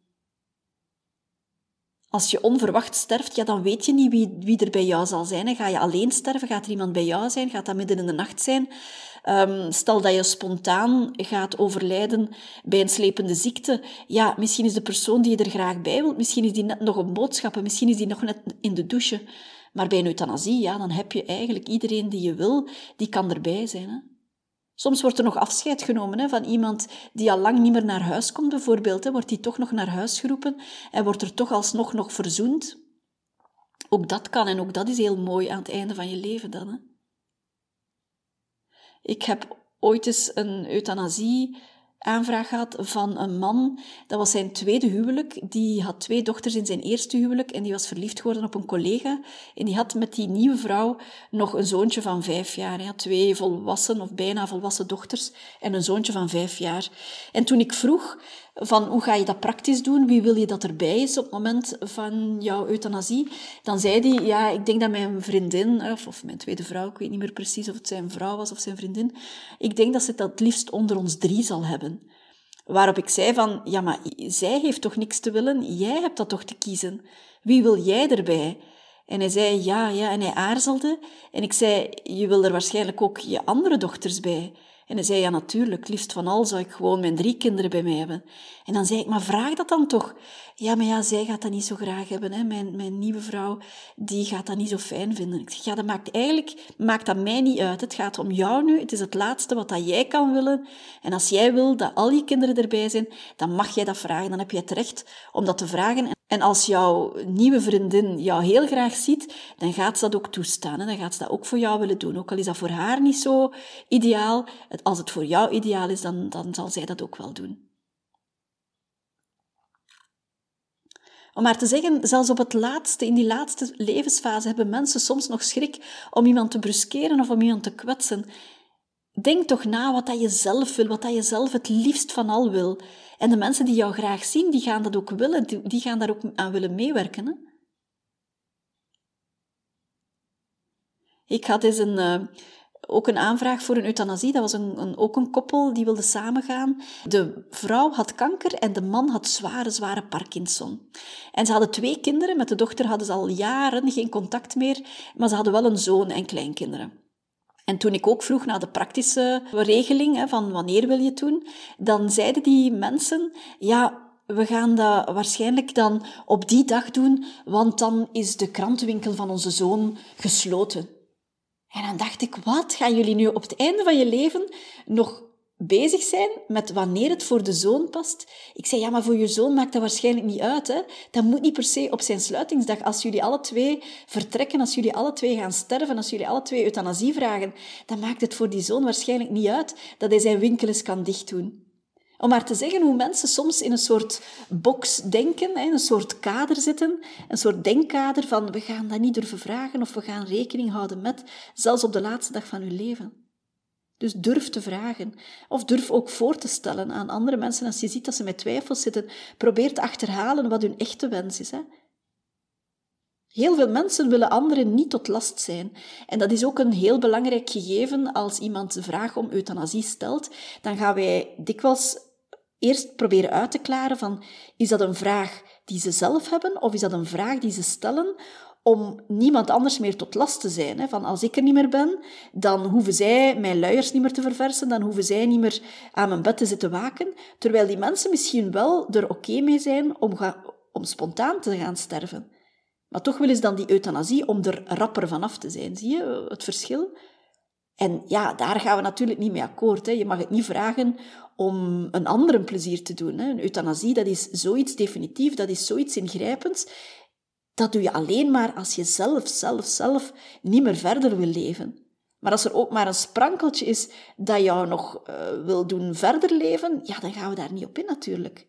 Als je onverwacht sterft, ja, dan weet je niet wie er bij jou zal zijn. Ga je alleen sterven? Gaat er iemand bij jou zijn? Gaat dat midden in de nacht zijn? Stel dat je spontaan gaat overlijden bij een slepende ziekte. Ja, misschien is de persoon die je er graag bij wilt, misschien is die net nog op boodschappen, misschien is die nog net in de douche. Maar bij een euthanasie, ja, dan heb je eigenlijk iedereen die je wil, die kan erbij zijn, hè? Soms wordt er nog afscheid genomen van iemand die al lang niet meer naar huis komt, bijvoorbeeld. Wordt die toch nog naar huis geroepen en wordt er toch alsnog nog verzoend. Ook dat kan en ook dat is heel mooi aan het einde van je leven dan. Hè? Ik heb ooit eens een euthanasie-aanvraag gehad van een man. Dat was zijn tweede huwelijk. Die had 2 dochters in zijn eerste huwelijk en die was verliefd geworden op een collega. En die had met die nieuwe vrouw nog een zoontje van 5 jaar. Hij had 2 volwassen of bijna volwassen dochters en een zoontje van 5 jaar. En toen ik vroeg van hoe ga je dat praktisch doen, wie wil je dat erbij is op het moment van jouw euthanasie, dan zei hij, ja, ik denk dat mijn vriendin, of mijn tweede vrouw, ik weet niet meer precies of het zijn vrouw was of zijn vriendin, ik denk dat ze dat het liefst onder ons 3 zal hebben. Waarop ik zei van, ja, maar zij heeft toch niks te willen, jij hebt dat toch te kiezen. Wie wil jij erbij? En hij zei, ja, en hij aarzelde. En ik zei, je wil er waarschijnlijk ook je andere dochters bij. En hij zei, ja, natuurlijk, liefst van al zou ik gewoon mijn 3 kinderen bij mij hebben. En dan zei ik, maar vraag dat dan toch. Ja, maar ja, zij gaat dat niet zo graag hebben. Hè. Mijn nieuwe vrouw, die gaat dat niet zo fijn vinden. Ik zeg, ja, maakt dat mij niet uit. Het gaat om jou nu. Het is het laatste wat dat jij kan willen. En als jij wil dat al je kinderen erbij zijn, dan mag jij dat vragen. Dan heb je het recht om dat te vragen. En als jouw nieuwe vriendin jou heel graag ziet, dan gaat ze dat ook toestaan. Hè. Dan gaat ze dat ook voor jou willen doen. Ook al is dat voor haar niet zo ideaal. Als het voor jou ideaal is, dan zal zij dat ook wel doen. Om maar te zeggen, zelfs in die laatste levensfase hebben mensen soms nog schrik om iemand te bruskeren of om iemand te kwetsen. Denk toch na wat dat je zelf wil, wat dat je zelf het liefst van al wil. En de mensen die jou graag zien, die gaan dat ook willen, die gaan daar ook aan willen meewerken. Hè? Ik had eens ook een aanvraag voor een euthanasie. Dat was ook een koppel die wilde samengaan. De vrouw had kanker en de man had zware Parkinson. En ze hadden 2 kinderen. Met de dochter hadden ze al jaren geen contact meer, maar ze hadden wel een zoon en kleinkinderen. En toen ik ook vroeg naar de praktische regeling, van wanneer wil je het doen, dan zeiden die mensen, ja, we gaan dat waarschijnlijk dan op die dag doen, want dan is de krantenwinkel van onze zoon gesloten. En dan dacht ik, wat? Gaan jullie nu op het einde van je leven nog bezig zijn met wanneer het voor de zoon past? Ik zei, ja, maar voor je zoon maakt dat waarschijnlijk niet uit. Hè? Dat moet niet per se op zijn sluitingsdag. Als jullie alle 2 vertrekken, als jullie alle 2 gaan sterven, als jullie alle 2 euthanasie vragen, dan maakt het voor die zoon waarschijnlijk niet uit dat hij zijn winkel eens kan dichtdoen. Om maar te zeggen hoe mensen soms in een soort box denken, in een soort kader zitten, een soort denkkader van we gaan dat niet durven vragen of we gaan rekening houden met, zelfs op de laatste dag van hun leven. Dus durf te vragen. Of durf ook voor te stellen aan andere mensen als je ziet dat ze met twijfels zitten. Probeer te achterhalen wat hun echte wens is. Hè? Heel veel mensen willen anderen niet tot last zijn. En dat is ook een heel belangrijk gegeven als iemand de vraag om euthanasie stelt. Dan gaan wij dikwijls eerst proberen uit te klaren van, is dat een vraag die ze zelf hebben of is dat een vraag die ze stellen om niemand anders meer tot last te zijn. Hè? Van als ik er niet meer ben, dan hoeven zij mijn luiers niet meer te verversen, dan hoeven zij niet meer aan mijn bed te zitten waken, terwijl die mensen misschien wel er oké mee zijn om spontaan te gaan sterven. Maar toch willen ze dan die euthanasie om er rapper vanaf te zijn. Zie je het verschil? En ja, daar gaan we natuurlijk niet mee akkoord. Hè. Je mag het niet vragen om een ander een plezier te doen. Hè. Een euthanasie, dat is zoiets definitief, dat is zoiets ingrijpends. Dat doe je alleen maar als je zelf niet meer verder wil leven. Maar als er ook maar een sprankeltje is dat jou nog wil doen verder leven, ja, dan gaan we daar niet op in natuurlijk.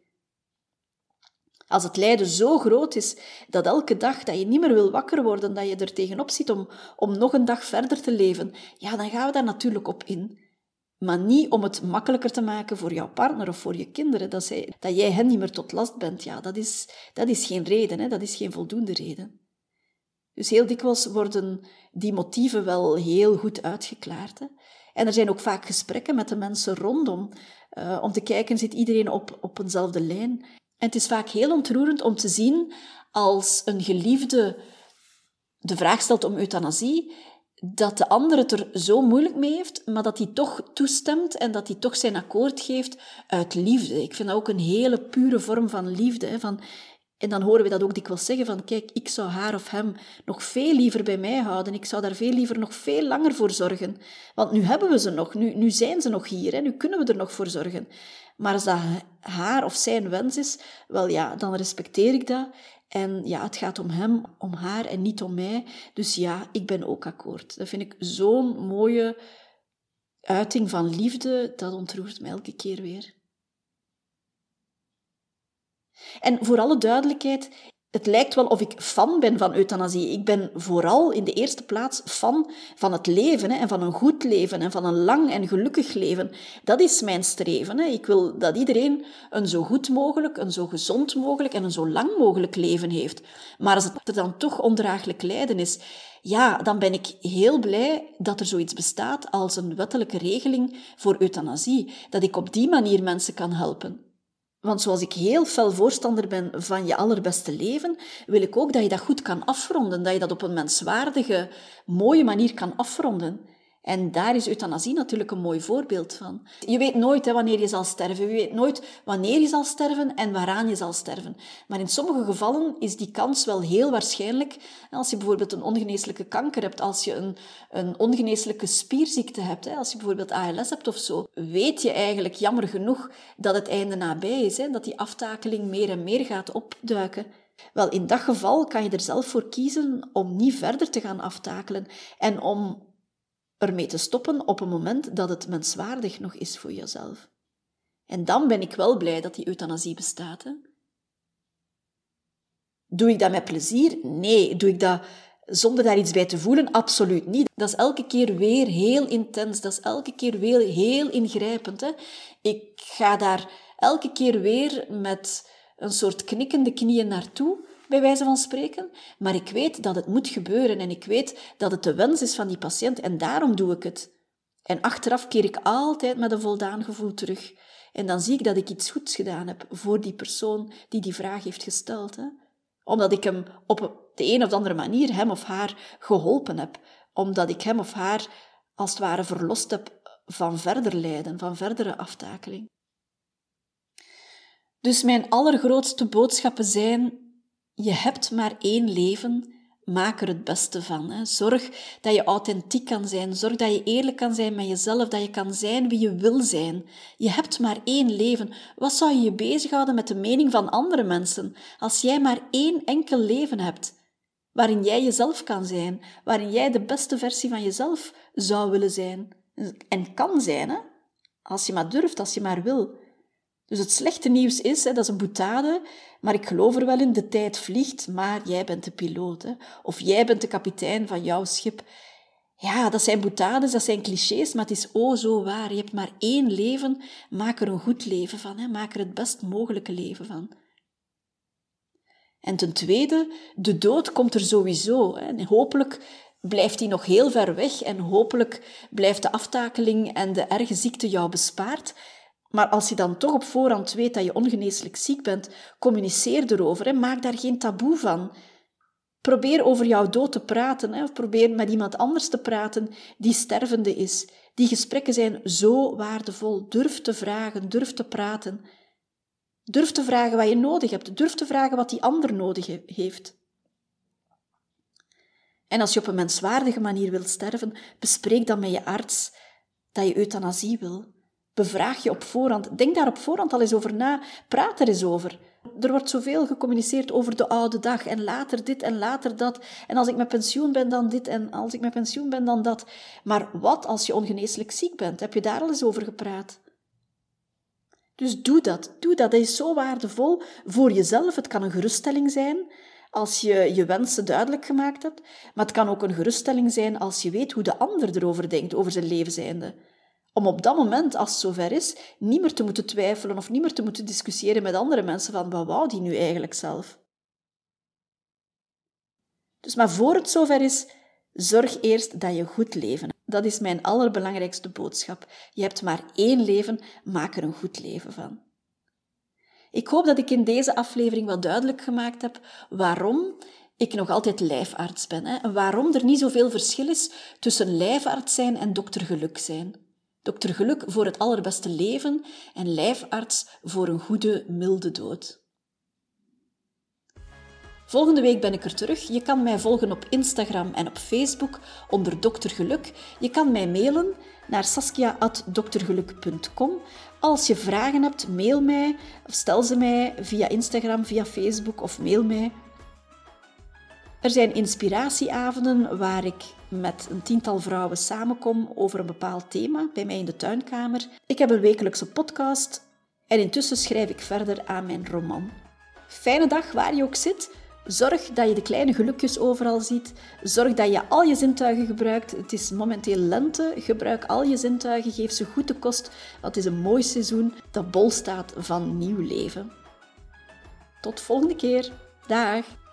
Als het lijden zo groot is dat elke dag dat je niet meer wil wakker worden, dat je er tegenop zit om nog een dag verder te leven, ja, dan gaan we daar natuurlijk op in. Maar niet om het makkelijker te maken voor jouw partner of voor je kinderen, dat jij hen niet meer tot last bent. Ja, dat is geen reden, hè? Dat is geen voldoende reden. Dus heel dikwijls worden die motieven wel heel goed uitgeklaard. Hè? En er zijn ook vaak gesprekken met de mensen rondom, om te kijken, zit iedereen op eenzelfde lijn? En het is vaak heel ontroerend om te zien als een geliefde de vraag stelt om euthanasie, dat de ander het er zo moeilijk mee heeft, maar dat hij toch toestemt en dat hij toch zijn akkoord geeft uit liefde. Ik vind dat ook een hele pure vorm van liefde. Hè, en dan horen we dat ook dikwijls zeggen van, kijk, ik zou haar of hem nog veel liever bij mij houden. Ik zou daar veel liever nog veel langer voor zorgen. Want nu hebben we ze nog, nu zijn ze nog hier, hè, nu kunnen we er nog voor zorgen. Maar als dat haar of zijn wens is, wel ja, dan respecteer ik dat. En ja, het gaat om hem, om haar en niet om mij. Dus ja, ik ben ook akkoord. Dat vind ik zo'n mooie uiting van liefde, dat ontroert me elke keer weer. En voor alle duidelijkheid, het lijkt wel of ik fan ben van euthanasie. Ik ben vooral in de eerste plaats fan van het leven, en van een goed leven en van een lang en gelukkig leven. Dat is mijn streven. Ik wil dat iedereen een zo goed mogelijk, een zo gezond mogelijk en een zo lang mogelijk leven heeft. Maar als het er dan toch ondraaglijk lijden is, ja, dan ben ik heel blij dat er zoiets bestaat als een wettelijke regeling voor euthanasie. Dat ik op die manier mensen kan helpen. Want zoals ik heel fel voorstander ben van je allerbeste leven, wil ik ook dat je dat goed kan afronden, dat je dat op een menswaardige, mooie manier kan afronden. En daar is euthanasie natuurlijk een mooi voorbeeld van. Je weet nooit wanneer je zal sterven. Je weet nooit wanneer je zal sterven en waaraan je zal sterven. Maar in sommige gevallen is die kans wel heel waarschijnlijk. Als je bijvoorbeeld een ongeneeslijke kanker hebt, als je een ongeneeslijke spierziekte hebt, als je bijvoorbeeld ALS hebt of zo, weet je eigenlijk jammer genoeg dat het einde nabij is, dat die aftakeling meer en meer gaat opduiken. Wel, in dat geval kan je er zelf voor kiezen om niet verder te gaan aftakelen en om ermee te stoppen op een moment dat het menswaardig nog is voor jezelf. En dan ben ik wel blij dat die euthanasie bestaat. Doe ik dat met plezier? Nee. Doe ik dat zonder daar iets bij te voelen? Absoluut niet. Dat is elke keer weer heel intens. Dat is elke keer weer heel ingrijpend. Ik ga daar elke keer weer met een soort knikkende knieën naartoe, bij wijze van spreken. Maar ik weet dat het moet gebeuren en ik weet dat het de wens is van die patiënt en daarom doe ik het. En achteraf keer ik altijd met een voldaan gevoel terug. En dan zie ik dat ik iets goeds gedaan heb voor die persoon die die vraag heeft gesteld. Omdat ik hem op de een of andere manier, hem of haar, geholpen heb. Omdat ik hem of haar, als het ware, verlost heb van verder lijden, van verdere aftakeling. Dus mijn allergrootste boodschappen zijn: je hebt maar 1 leven, maak er het beste van. Zorg dat je authentiek kan zijn, zorg dat je eerlijk kan zijn met jezelf, dat je kan zijn wie je wil zijn. Je hebt maar 1 leven. Wat zou je bezighouden met de mening van andere mensen, als jij maar 1 enkel leven hebt, waarin jij jezelf kan zijn, waarin jij de beste versie van jezelf zou willen zijn en kan zijn, als je maar durft, als je maar wil. Dus het slechte nieuws is, dat is een boutade, maar ik geloof er wel in, de tijd vliegt, maar jij bent de piloot. Of jij bent de kapitein van jouw schip. Ja, dat zijn boutades, dat zijn clichés, maar het is zo waar. Je hebt maar 1 leven, maak er een goed leven van. Maak er het best mogelijke leven van. En ten tweede, de dood komt er sowieso. En hopelijk blijft die nog heel ver weg en hopelijk blijft de aftakeling en de erge ziekte jou bespaard. Maar als je dan toch op voorhand weet dat je ongeneeslijk ziek bent, communiceer erover. Maak daar geen taboe van. Probeer over jouw dood te praten, of probeer met iemand anders te praten die stervende is. Die gesprekken zijn zo waardevol. Durf te vragen, durf te praten. Durf te vragen wat je nodig hebt. Durf te vragen wat die ander nodig heeft. En als je op een menswaardige manier wilt sterven, bespreek dan met je arts dat je euthanasie wil. Bevraag je op voorhand. Denk daar op voorhand al eens over na. Praat er eens over. Er wordt zoveel gecommuniceerd over de oude dag. En later dit en later dat. En als ik met pensioen ben, dan dit. En als ik met pensioen ben, dan dat. Maar wat als je ongeneeslijk ziek bent? Heb je daar al eens over gepraat? Dus doe dat. Doe dat. Dat is zo waardevol voor jezelf. Het kan een geruststelling zijn als je je wensen duidelijk gemaakt hebt. Maar het kan ook een geruststelling zijn als je weet hoe de ander erover denkt, over zijn levenseinde. Om op dat moment, als het zover is, niet meer te moeten twijfelen of niet meer te moeten discussiëren met andere mensen van wat wou die nu eigenlijk zelf. Dus maar voor het zover is, zorg eerst dat je goed leven. Dat is mijn allerbelangrijkste boodschap. Je hebt maar 1 leven, maak er een goed leven van. Ik hoop dat ik in deze aflevering wel duidelijk gemaakt heb waarom ik nog altijd lijfarts ben. En waarom er niet zoveel verschil is tussen lijfarts zijn en dokter Geluk zijn. Dokter Geluk voor het allerbeste leven en lijfarts voor een goede, milde dood. Volgende week ben ik er terug. Je kan mij volgen op Instagram en op Facebook onder Dr. Geluk. Je kan mij mailen naar saskia@drgeluk.com. Als je vragen hebt, mail mij of stel ze mij via Instagram, via Facebook of mail mij. Er zijn inspiratieavonden waar ik met een 10-tal vrouwen samenkom over een bepaald thema bij mij in de tuinkamer. Ik heb een wekelijkse podcast en intussen schrijf ik verder aan mijn roman. Fijne dag waar je ook zit. Zorg dat je de kleine gelukjes overal ziet. Zorg dat je al je zintuigen gebruikt. Het is momenteel lente. Gebruik al je zintuigen. Geef ze goed de kost. Want het is een mooi seizoen dat bol staat van nieuw leven. Tot volgende keer. Dag.